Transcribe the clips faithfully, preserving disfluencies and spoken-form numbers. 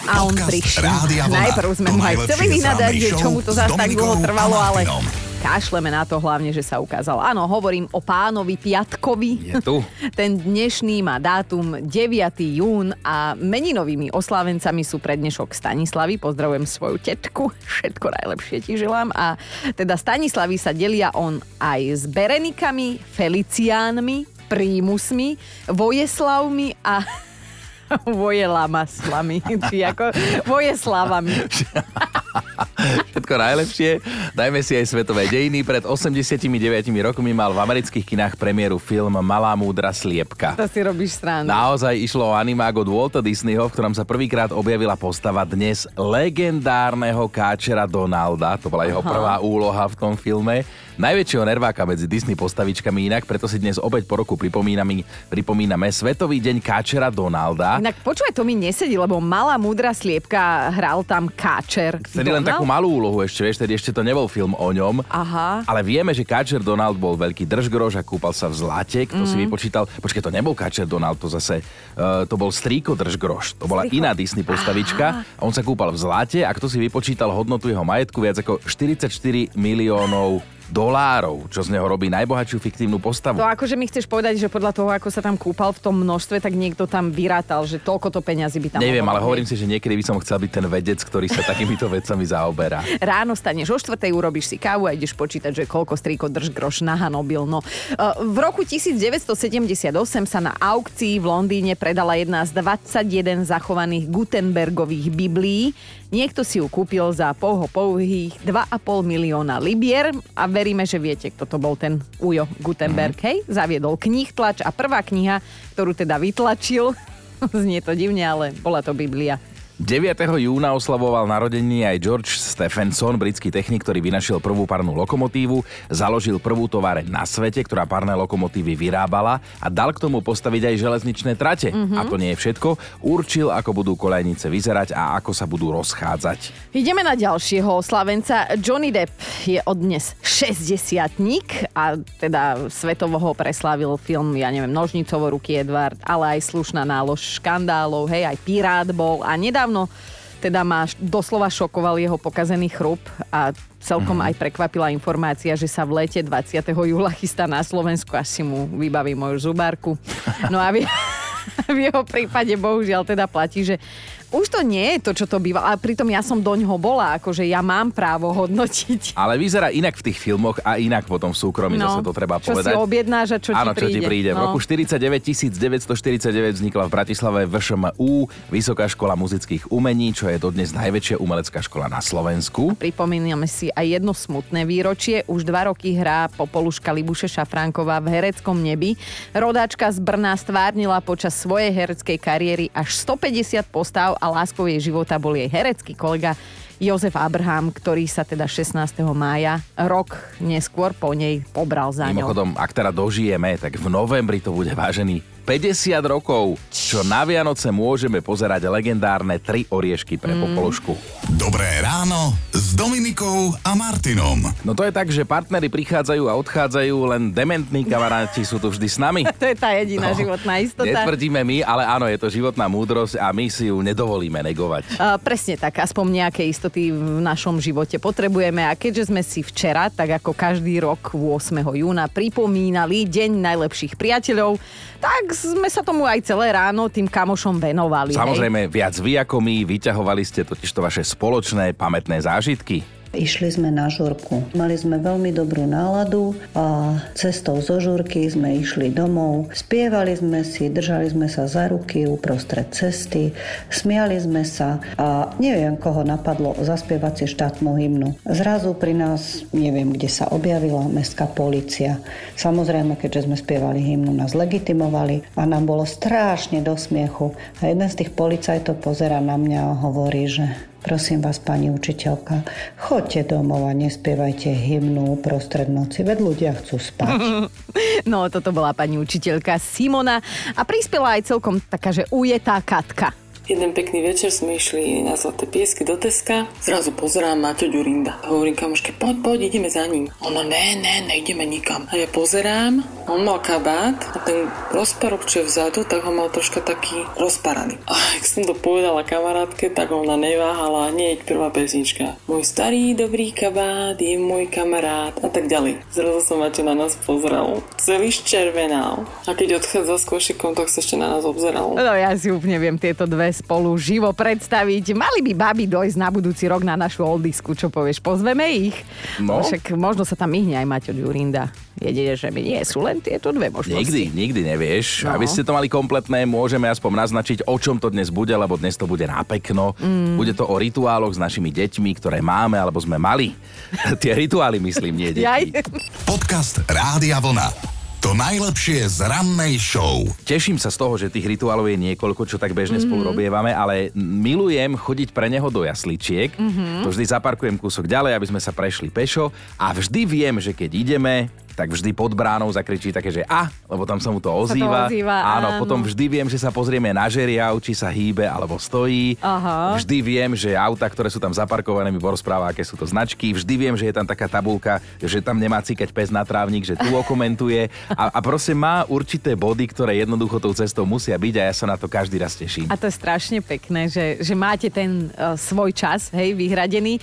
A on prišiel. Najprv sme mu aj chceli vynadať, že čo mu to zase tak dlho trvalo, ale kašleme na to hlavne, že sa ukázal. Áno, hovorím o pánovi Piatkovi. Je tu. Ten dnešný má dátum deviateho júna a meninovými oslávencami sú pre dnešok Stanislavy. Pozdravujem svoju tetku. Všetko najlepšie ti želám. A teda Stanislavy sa delia on aj s Berenikami, Feliciánmi, Prímusmi, Vojeslavmi a Vojelamaslavmi. Či ako Vojeslavami. Všetko najlepšie. Dajme si aj svetové dejiny. Pred osemdesiatimi deviatimi rokmi mal v amerických kinách premiéru film Malá múdra sliepka. To si robíš srandu. Naozaj išlo o animák od Walta Disneyho, v ktorom sa prvýkrát objavila postava dnes legendárneho káčera Donalda. To bola jeho Aha. prvá úloha v tom filme. Najväčšieho nerváka medzi Disney postavičkami inak, preto si dnes opäť po roku pripomíname, pripomíname Svetový deň káčera Donalda. Inak počúvaj, to mi nesedí, lebo Malá múdra sliepka hral tam káčer Vtedy len takú malú úlohu ešte, vieš, tedy ešte to nebol film o ňom. Aha. Ale vieme, že káčer Donald bol veľký držgrož a kúpal sa v zlate. Kto mm. si vypočítal? Počkej, to nebol káčer Donald, to zase, uh, to bol strýko držgrož. To bola Strýko. Iná Disney postavička. Aha. A on sa kúpal v zlate a kto si vypočítal hodnotu jeho majetku, viac ako štyridsaťštyri miliónov dolárov, čo z neho robí najbohatšiu fiktívnu postavu. To akože mi chceš povedať, že podľa toho, ako sa tam kúpal v tom množstve, tak niekto tam vyrátal, že toľko to peňazí by tam Neviem, ale mohol hovorím si, že niekedy by som chcel byť ten vedec, ktorý sa takýmito vecami zaoberá. Ráno staneš o štvrtej, urobíš si kávu a ideš počítať, že koľko strýko drž groš nahanobil. No, v roku devätnásťstosedemdesiatosem sa na aukcii v Londýne predala jedna z dvadsaťjeden zachovaných Gutenbergových biblií. Niekto si ju kúpil za pouho pouhých dva a pol milióna libier a veríme, že viete, kto to bol ten Ujo Gutenberg, hej? Zaviedol knihtlač a prvá kniha, ktorú teda vytlačil, znie to divne, ale bola to Biblia. deviateho júna oslavoval narodeniny aj George Stephenson, britský technik, ktorý vynašiel prvú parnú lokomotívu, založil prvú továreň na svete, ktorá parné lokomotívy vyrábala a dal k tomu postaviť aj železničné trate. Mm-hmm. A to nie je všetko. Určil, ako budú koľajnice vyzerať a ako sa budú rozchádzať. Ideme na ďalšieho oslavenca. Johnny Depp je od dnes šesťdesiatnik a teda svetovo ho preslávil film, ja neviem, Nožnicovo ruky Edward, ale aj Slušná nálož škandálov, hej, aj Pirát bol a nedávno Dávno teda ma doslova šokoval jeho pokazený chrup a celkom mm. aj prekvapila informácia, že sa v lete dvadsiateho júla chystá na Slovensku, až si mu vybaví moju zubárku. No a v, v jeho prípade bohužiaľ teda platí, že už to nie je to, čo to býva, ale pritom ja som doňho bola, akože ja mám právo hodnotiť. Ale vyzerá inak v tých filmoch a inak potom v súkromí, no, zase to treba čo povedať. Čo si objednáš a čo Áno, ti príde. čo ti príde. No. V roku štyridsaťdeväť tisícdeväťstoštyridsaťdeväť vznikla v Bratislave vé š em ú, Vysoká škola muzických umení, čo je dodnes najväčšia umelecká škola na Slovensku. A pripomíname si aj jedno smutné výročie. Už dva roky hrá popoluška Libuše Šafránková v hereckom nebi. Rodáčka z Brna stvárnila počas svojej hereckej kariéry až stopäťdesiat postav a láskou jej života bol jej herecký kolega Jozef Abraham, ktorý sa teda šestnásteho mája, rok neskôr po nej pobral za ňou. Mimochodom, ak teda dožijeme, tak v novembri to bude, vážený, päťdesiat rokov, čo na Vianoce môžeme pozerať legendárne Tri oriešky pre mm. Popolušku. Dobré ráno s Dominikou a Martinom. No to je tak, že partneri prichádzajú a odchádzajú, len dementní kamaráti sú tu vždy s nami. To je tá jediná no, životná istota. Netvrdíme my, ale áno, je to životná múdrosť a my si ju nedovolíme negovať. Uh, presne tak, aspoň nejaké istoty v našom živote potrebujeme a keďže sme si včera, tak ako každý rok ôsmeho júna pripomínali Deň najlepších priateľov, tak sme sa tomu aj celé ráno tým kamošom venovali. Samozrejme, hej? viac vy ako my, vyťahovali ste totiž to vaše spoločné pamätné zážitky. Išli sme na žurku. Mali sme veľmi dobrú náladu a cestou zo žurky sme išli domov. Spievali sme si, držali sme sa za ruky uprostred cesty, smiali sme sa a neviem, koho napadlo zaspievať si štátnu hymnu. Zrazu pri nás, neviem, kde sa objavila mestská polícia. Samozrejme, keďže sme spievali hymnu, nás legitimovali a nám bolo strašne do smiechu. A jeden z tých policajtov pozerá na mňa a hovorí, že prosím vás, pani učiteľka, choďte domov a nespievajte hymnu uprostred noci, veď ľudia chcú spať. No, toto bola pani učiteľka Simona a prispela aj celkom taká, že ujetá Katka. Jeden pekný večer sme išli na Zlaté piesky do Teska. Zrazu pozerám Maťo Ďurinda. Hovorím kamoške, poď, poď, ideme za ním. Ona, ne, ne, nejdeme nikam. A ja pozerám On mal kabát a ten rozparok, čo je vzadu, tak ho mal troška taký rozparaný. A jak som to povedala kamarátke, tak ona neváhala, hneď prvá pesnička. Môj starý dobrý kabát je môj kamarát a tak ďalej. Zrazu som Maťo na nás pozrel. Celý ščervenal. A keď odchádza s košikom, tak sa ešte na nás obzeral. No ja si úplne viem tieto dve spolu živo predstaviť. Mali by babi dojsť na budúci rok na našu oldisku, čo povieš, pozveme ich? No. Však možno sa tam myhne aj Maťo Ďurinda. Jedine, že mi nie sú len tieto dve možnosti. Nikdy, nikdy nevieš. No. Aby ste to mali kompletné, môžeme aspoň naznačiť, o čom to dnes bude, lebo dnes to bude napekno. Mm. Bude to o rituáloch s našimi deťmi, ktoré máme, alebo sme mali. Tie rituály, myslím, nie deti. Jaj. Podcast Rádia Vlna. To najlepšie z rannej show. Teším sa z toho, že tých rituálov je niekoľko, čo tak bežne Mm-hmm. spolu robievame, ale milujem chodiť pre neho do jasličiek. Mm-hmm. To vždy zaparkujem kúsok ďalej, aby sme sa prešli pešo a vždy viem, že keď ideme, tak vždy pod bránou zakričí také, že a, lebo tam sa mu to ozýva. Sa to ozýva, áno, áno. potom vždy viem, že sa pozrieme na žeriav, či sa hýbe alebo stojí. Aha. Vždy viem, že auta, ktoré sú tam zaparkované, mi porozpráva, aké sú to značky. Vždy viem, že je tam taká tabuľka, že tam nemá cíkať pes na trávnik, že tu okomentuje. A, a proste má určité body, ktoré jednoducho tou cestou musia byť a ja sa na to každý raz teším. A to je strašne pekné, že, že máte ten uh, svoj čas, hej, vyhradený.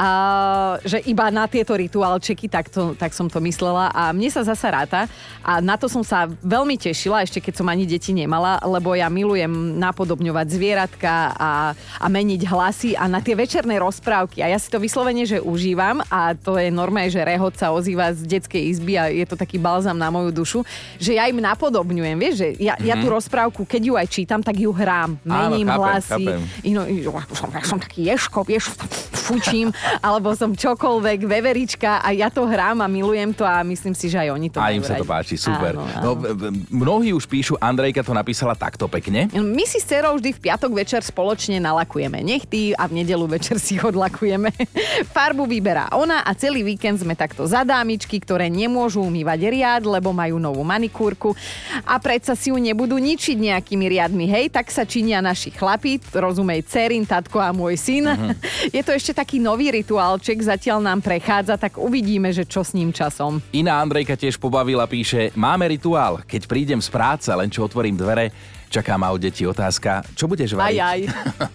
A, že iba na tieto rituálčeky, tak, to, tak som to myslela. A mne sa zasa ráta a na to som sa veľmi tešila, ešte keď som ani deti nemala, lebo ja milujem napodobňovať zvieratka a, a meniť hlasy a na tie večerné rozprávky. A ja si to vyslovene, že užívam a to je normálne, že rehot sa ozýva z detskej izby a je to taký balzam na moju dušu, že ja im napodobňujem, vieš, že ja, mm-hmm. ja tú rozprávku, keď ju aj čítam, tak ju hrám. Mením Áno, chápem, hlasy. chápem. Ino, som, som taký ješko, vieš, fučím, alebo som čokoľvek, veverička a ja to hrám a milujem to a myslím si, že aj oni to A majú im sa to radi. páči, super. Áno, áno. No, mnohí už píšu, Andrejka to napísala takto pekne. My si s dcerou vždy v piatok večer spoločne nalakujeme nechty a v nedeľu večer si ich odlakujeme. Farbu vyberá ona a celý víkend sme takto za dámičky, ktoré nemôžu umývať riad, lebo majú novú manikúrku a predsa si ju nebudú ničiť nejakými riadmi, hej, tak sa činia naši chlapi, rozumej dcerin, tatko a môj syn. Uh-huh. Je to ešte taký nový rituálček, zatiaľ nám prechádza, tak uvidíme, že čo s ním časom. Iná Andrejka tiež pobavila, píše, máme rituál, keď prídem z práce, len čo otvorím dvere, čaká ma od detí otázka, čo budeš variť? Aj, aj.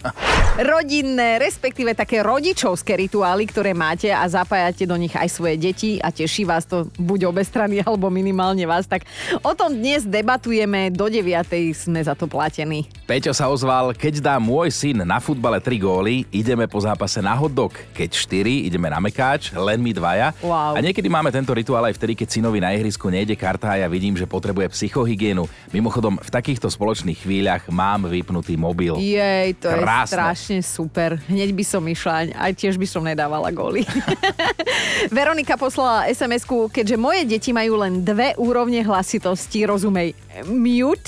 Rodinné, respektíve také rodičovské rituály, ktoré máte a zapájate do nich aj svoje deti a teší vás to buď obe strany, alebo minimálne vás, tak o tom dnes debatujeme, do deviatej sme za to platení. Peťo sa ozval, keď dá môj syn na futbale tri góly, ideme po zápase na hot dog, keď štyri, ideme na mekáč, len my dvaja. Wow. A niekedy máme tento rituál aj vtedy, keď synovi na ihrisku nejde karta a ja vidím, že potrebuje psychohygienu. Mimochodom, v takýchto spoločných chvíľach mám vypnutý mobil. Jej, to Krásne. je strašne super. Hneď by som išla, aj tiež by som nedávala góly. Veronika poslala es em esku, keďže moje deti majú len dve úrovne hlasitosti, rozumej, mute,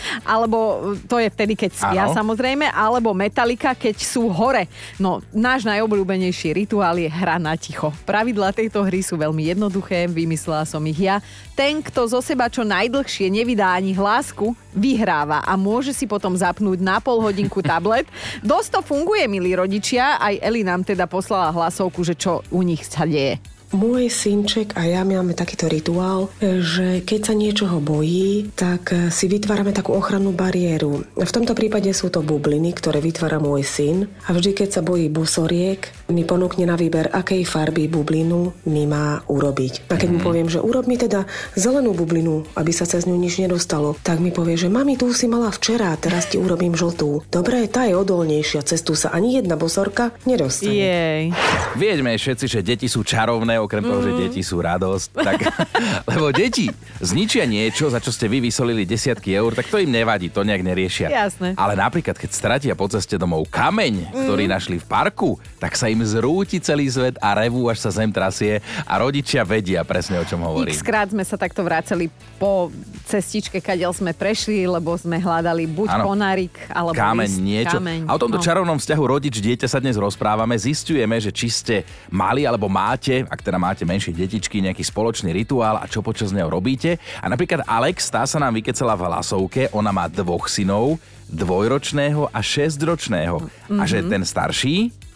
alebo to je vtedy, keď spia, Áno. samozrejme, alebo Metallica, keď sú hore. No, náš najobľúbenejší rituál je hra na ticho. Pravidlá tejto hry sú veľmi jednoduché, vymyslela som ich ja. Ten, kto zo seba čo najdlhšie nevydá ani hlásku, vyhráva a môže si potom zapnúť na pol hodinku tablet. Dosť to funguje, milí rodičia, aj Eli nám teda poslala hlasovku, že čo u nich sa deje. Môj synček a ja máme takýto rituál, že keď sa niečoho bojí, tak si vytvárame takú ochrannú bariéru. V tomto prípade sú to bubliny, ktoré vytvára môj syn a vždy, keď sa bojí busoriek, mi ponúkne na výber, akej farby bublinu mi má urobiť. A keď mu poviem, že urob mi teda zelenú bublinu, aby sa cez ňu nič nedostalo, tak mi povie, že mami, tú si mala včera, teraz ti urobím žltú. Dobre, tá je odolnejšia, cez tú sa ani jedna bosorka nedostane. Jej. Vieme všetci, že deti sú čarovné, okrem toho, že deti sú radosť. Tak, lebo deti zničia niečo, za čo ste vy vysolili desiatky eur, tak to im nevadí, to nejak neriešia. Jasné. Ale napríklad, keď stratia po ceste domov kameň, ktorý našli v parku, tak sa im zrúti celý svet a revú, až sa zem trasie a rodičia vedia presne, o čom hovorím. X-krát sme sa takto vraceli po cestičke, kadiaľ sme prešli, lebo sme hľadali buď Áno. konárik, alebo Kameň, list, niečo. kameň. A o tomto No. čarovnom vzťahu rodič-dieťa sa dnes rozprávame. Zisťujeme, že či ste mali alebo máte, ak teda máte menšie detičky, nejaký spoločný rituál a čo počas neho robíte. A napríklad Alex, tá sa nám vykecala v hlasovke, ona má dvoch synov, dvojročného a šesťročného. Mm-hmm. A že ten starší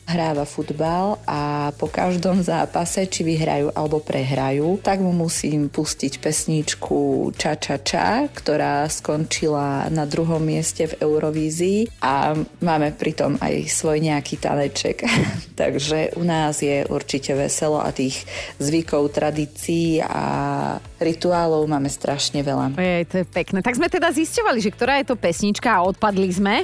hráva futbal a po každom zápase, či vyhrajú alebo prehrajú, tak mu musím pustiť pesničku Ča Ča Ča, ktorá skončila na druhom mieste v Eurovízii a máme pritom aj svoj nejaký taneček. Takže u nás je určite veselo a tých zvykov, tradícií a rituálov máme strašne veľa. Ej, to je pekné. Tak sme teda zisťovali, že ktorá je to pesnička a odpadli sme.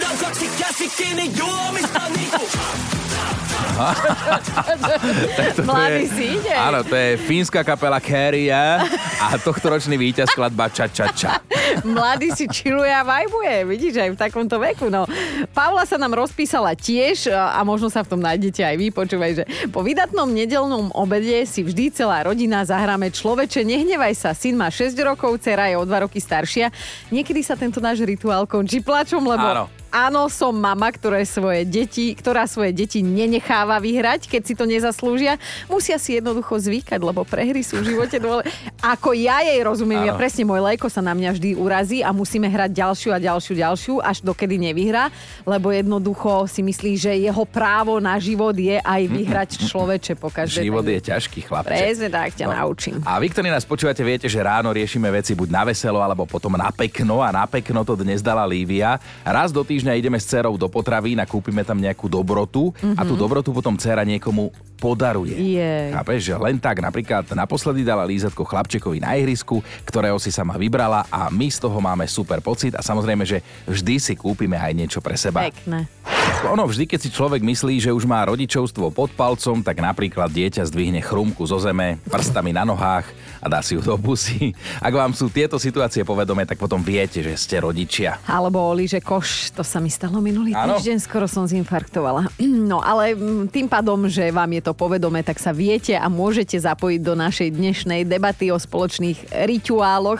Mladý si ide. Áno, to je fínska kapela Keria a tohtoročný víťaz skladba Ča Ča Ča. Mladý si chilluje a vajbuje, vidíš, aj v takomto veku. No. Paula sa nám rozpísala tiež a možno sa v tom nájdete aj vy. Počúvaj, že po vydatnom nedeľnom obede si vždy celá rodina zahráme Človeče, nehnevaj sa, syn má šesť rokov, dcera je o dva roky staršia. Niekedy sa tento náš rituál končí plačom, lebo... Áno. Áno, som mama, ktoré svoje deti, ktorá svoje deti nenecháva vyhrať, keď si to nezaslúžia. Musia si jednoducho zvykať, lebo prehry sú v živote dôležité. Ako ja jej rozumiem, áno. Ja presne, môj Lejko sa na mňa vždy urazí a musíme hrať ďalšiu a ďalšiu, ďalšiu, až dokedy nevyhrá, lebo jednoducho si myslí, že jeho právo na život je aj vyhrať Človeče po každej. Život je ťažký, chlapče. Presne tak ťa no. naučím. A vy, ktorí nás počúvate, viete, že ráno riešime veci buď na veselo, alebo potom na pekno a na pekno to dnes dala Lívia. Raz do týždňa ideme s dcerou do potravín a kúpime tam nejakú dobrotu mm-hmm. a tú dobrotu potom dcera niekomu podaruje. Yeah. Chápeš, že len tak napríklad naposledy dala lízatko chlapčekovi na ihrisku, ktorého si sama vybrala a my z toho máme super pocit a samozrejme, že vždy si kúpime aj niečo pre seba. Pekné. Ono vždy, keď si človek myslí, že už má rodičovstvo pod palcom, tak napríklad dieťa zdvihne chrumku zo zeme, prstami na nohách a dá si ju do pusy. Ak vám sú tieto situácie povedomé, tak potom viete, že ste rodičia. Alebo líže koš, to sa mi stalo minulý Áno. týždeň, skoro som zinfarktovala. No ale tým pádom, že vám je to povedomé, tak sa viete a môžete zapojiť do našej dnešnej debaty o spoločných rituáloch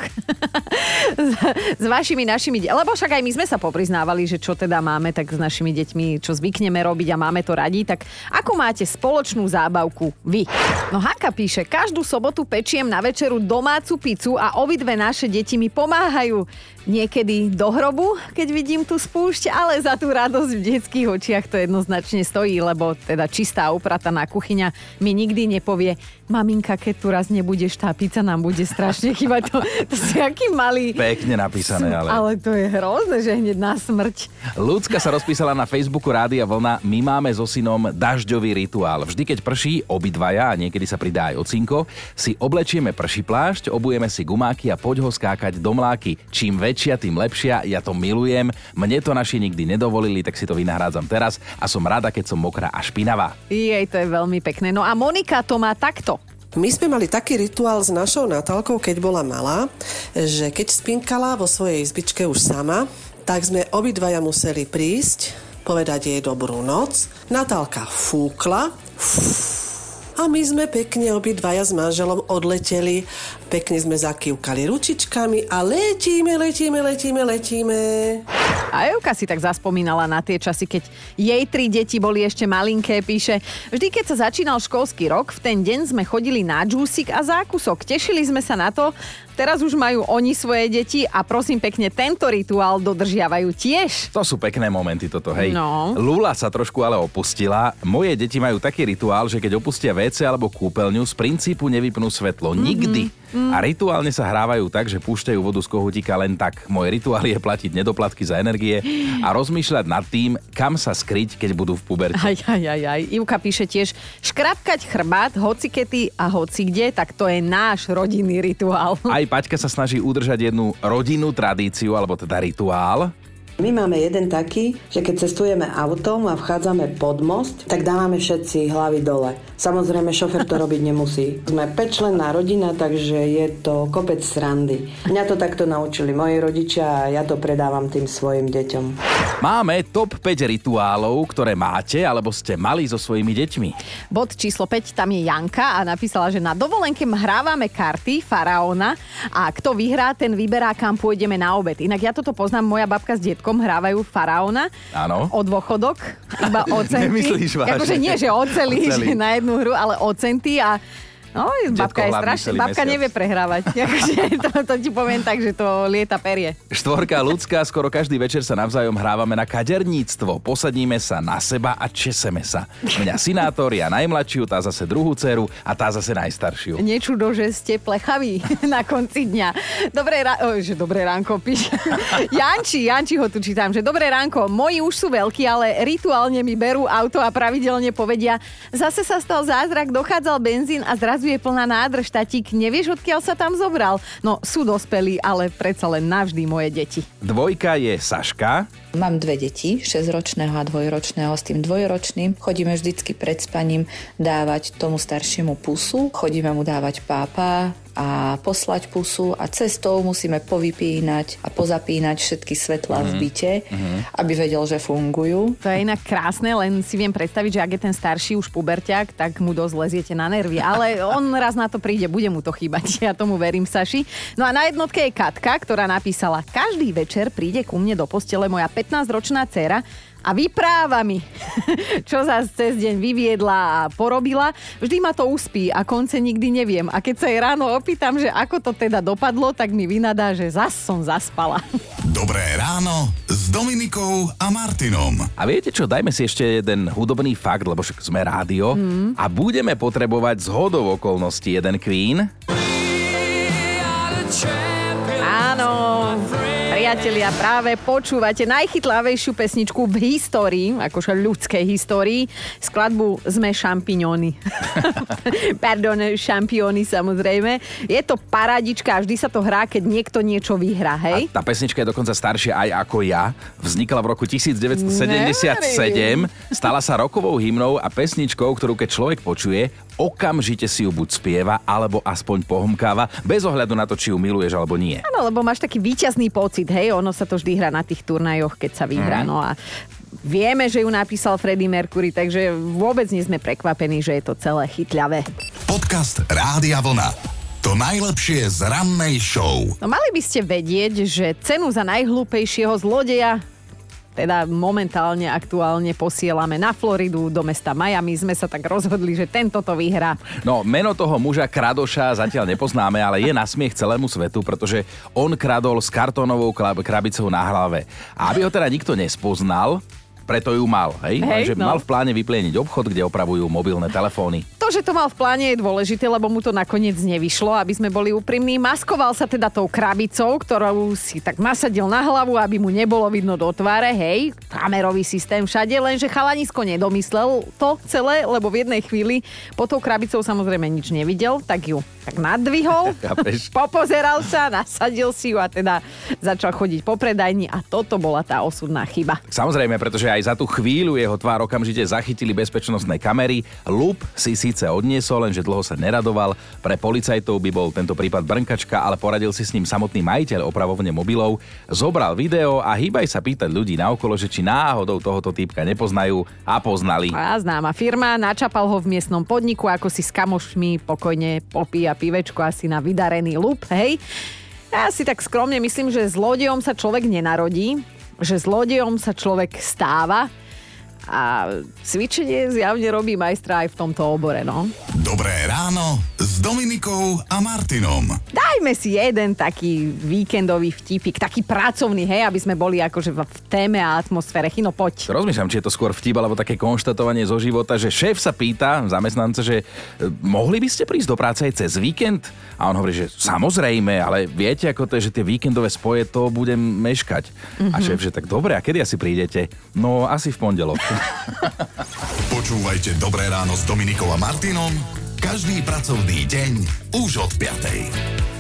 s vašimi, našimi, lebo však aj my sme sa popriznávali, že čo teda máme tak s našimi deťmi, čo zvykneme robiť a máme to radi, tak ako máte spoločnú zábavku vy? No Hanka píše, každú sobotu pečiem na večeru domácu pizzu a obidve naše deti mi pomáhajú. Niekedy do hrobu, keď vidím tú spúšť, ale za tú radosť v detských očiach to jednoznačne stojí, lebo teda čistá uprataná kuchyňa mi nikdy nepovie, maminka, keď tu raz nebudeš, tá pizza nám bude strašne chýbať. To, to si aký malý... Pekne napísané, ale... Ale to je hrozné, že hneď na smrť. Ľudská sa rozpísala na Facebooku Rádia Vlna, my máme so synom dažďový rituál. Vždy, keď prší, obidvaja, a niekedy sa pridá aj ocinko, si oblečieme pršiplášť, obujeme si gumáky a poď ho skákať do mláky. Čím väčšia, tým lepšia, ja to milujem. Mne to naši nikdy nedovolili, tak si to vynahrádzam teraz a som rada, keď som mokrá a špinavá. Jej, to je veľmi pekné. No a Monika to má takto. My sme mali taký rituál s našou Natálkou, keď bola malá, že keď spinkala vo svojej izbičke už sama, tak sme obidvaja museli prísť, povedať jej dobrú noc. Natálka fúkla a my sme pekne obidvaja s manželom odleteli. Pekne sme zakývkali ručičkami a letíme, letíme, letíme, letíme. A Evka si tak zaspomínala na tie časy, keď jej tri deti boli ešte malinké, píše. Vždy, keď sa začínal školský rok, v ten deň sme chodili na džúsik a zákusok. Tešili sme sa na to. Teraz už majú oni svoje deti a prosím pekne, tento rituál dodržiavajú tiež. To sú pekné momenty toto, hej. No. Lula sa trošku ale opustila. Moje deti majú taký rituál, že keď opustia vé cé alebo kúpeľňu, z princípu nevypnú svetlo. Mm-hmm. Nikdy. Mm. A rituálne sa hrávajú tak, že púšťajú vodu z kohútika len tak. Môj rituál je platiť nedoplatky za energie a rozmýšľať nad tým, kam sa skryť, keď budú v puberte. Aj, aj, aj, aj. Ivka píše tiež, škrapkať chrbát, hocikety a hocikde, tak to je náš rodinný rituál. Aj Paťka sa snaží udržať jednu rodinnú tradíciu, alebo teda rituál. My máme jeden taký, že keď cestujeme autom a vchádzame pod most, tak dávame všetci hlavy dole. Samozrejme, šofer to robiť nemusí. Sme päťčlenná rodina, takže je to kopec srandy. Mňa to takto naučili moji rodičia a ja to predávam tým svojim deťom. Máme top päť rituálov, ktoré máte alebo ste mali so svojimi deťmi. Bod číslo päť, tam je Janka a napísala, že na dovolenke hrávame karty Faraóna a kto vyhrá, ten vyberá, kam pôjdeme na obed. Inak ja toto poznám, moja babka s detkom hrávajú Faraóna. Áno. O dôchodok, iba o centy. Nemyslíš vážne? Akože nie, že o celý, že na jednu hru, ale o centy a No, babka je strašne, babka nevie prehrávať. to, to ti poviem tak, že to lieta perie. Štvorka ľudská, skoro každý večer sa navzájom hrávame na kaderníctvo. Posadíme sa na seba a česeme sa. Mňa synátor, ja najmladšiu, tá zase druhú dceru a tá zase najstaršiu. Nečudo, že ste plechaví na konci dňa. Dobré, ra- o, že dobré ránko, píš. Janči, Janči ho tu čítam, že dobré ránko, moji už sú veľkí, ale rituálne mi berú auto a pravidelne povedia, zase sa stal zázrak, dochádzal benzín a zrazu je plná nádrž, tatík, nevieš, odkiaľ sa tam zobral? No, sú dospelí, ale predsa len navždy moje deti. Dvojka je Saška. Mám dve deti, šesťročného a dvojročného. S tým dvojročným chodíme vždycky pred spaním dávať tomu staršiemu pusu. Chodíme mu dávať pápa a poslať pusu a cestou musíme povypínať a pozapínať všetky svetlá mm. v byte, mm. aby vedel, že fungujú. To je inak krásne, len si viem predstaviť, že ak je ten starší už puberťák, tak mu dosť leziete na nervy. Ale on raz na to príde, bude mu to chýbať. Ja tomu verím, Saši. No a na jednotke je Katka, ktorá napísala, každý večer príde ku mne do postele moja pätnásťročná dcéra a vypráva mi, čo sa cez deň vyviedla a porobila. Vždy ma to uspí a konce nikdy neviem. A keď sa jej ráno opýtam, že ako to teda dopadlo, tak mi vynadá, že zas som zaspala. Dobré ráno s Dominikou a Martinom. A viete čo, dajme si ešte jeden hudobný fakt, lebo však sme rádio mm. a budeme potrebovať zhodou okolností jeden Queen. Áno, priatelia, práve počúvate najchytlavejšiu pesničku v histórii, akože ľudskej histórii, skladbu Sme šampiňóny. Pardon, šampióny samozrejme. Je to parádička a vždy sa to hrá, keď niekto niečo vyhrá, hej? A tá pesnička je dokonca staršia aj ako ja. Vznikla v roku devätnásťsedemdesiatsedem, stala sa rokovou hymnou a pesničkou, ktorú keď človek počuje, okamžite si ju buď spieva, alebo aspoň pohomkáva, bez ohľadu na to, či ju miluješ alebo nie. Áno, lebo máš taký víťazný pocit, hej, ono sa to vždy hrá na tých turnajoch, keď sa vyhrá, mm. no a vieme, že ju napísal Freddie Mercury, takže vôbec nie sme prekvapení, že je to celé chytľavé. Podcast Rádia Vlna. To najlepšie z rannej show. No mali by ste vedieť, že cenu za najhlúpejšieho zlodeja teda momentálne, aktuálne posielame na Floridu, do mesta Miami. Sme sa tak rozhodli, že tento to vyhrá. No, meno toho muža kradoša zatiaľ nepoznáme, ale je na smiech celému svetu, pretože on kradol s kartónovou krabicou na hlave. A aby ho teda nikto nespoznal, preto ju mal, hej? hej Lenže no. mal v pláne vyplieniť obchod, kde opravujú mobilné telefóny. To, že to mal v pláne, je dôležité, lebo mu to nakoniec nevyšlo, aby sme boli úprimní. Maskoval sa teda tou krabicou, ktorú si tak nasadil na hlavu, aby mu nebolo vidno do tváre, hej, kamerový systém všade, lenže chalanisko nedomyslel to celé, lebo v jednej chvíli pod tou krabicou samozrejme nič nevidel, tak ju tak nadvihol, popozeral sa, nasadil si ju a teda začal chodiť po predajni a toto bola tá osudná chyba. Samozrejme, pretože aj za tú chvíľu jeho tvár okamžite zachytili bezpečnostné kamery. Lup si síce odniesol, lenže dlho sa neradoval. Pre policajtov by bol tento prípad brnkačka, ale poradil si s ním samotný majiteľ opravovne mobilov. Zobral video a hýbaj sa pýtať ľudí naokolo, že či náhodou tohoto týpka nepoznajú a poznali. A známa firma, načapal ho v miestnom podniku, ako si s kamošmi pokojne popíja pivečko asi na vydarený lup, hej. Ja si tak skromne myslím, že zlodejom sa človek nenarodí, že zlodejom sa človek stáva a cvičenie zjavne robí majstra aj v tomto obore, no. Dobré ráno s Dominikou a Martinom. Dajme si jeden taký víkendový vtipik, taký pracovný, hej, aby sme boli akože v téme a atmosfére. Chino, poď. Rozmýšľam, či je to skôr vtip, alebo také konštatovanie zo života, že šéf sa pýta zamestnanca, že mohli by ste prísť do práce aj cez víkend? A on hovorí, že samozrejme, ale viete, ako to je, že tie víkendové spoje, to budem meškať. Mm-hmm. A šéf, že tak dobre, a kedy asi prídete? No, asi v pondelok. Počúvajte Dobré ráno s Dominikou a Martinom každý pracovný deň už od piatej.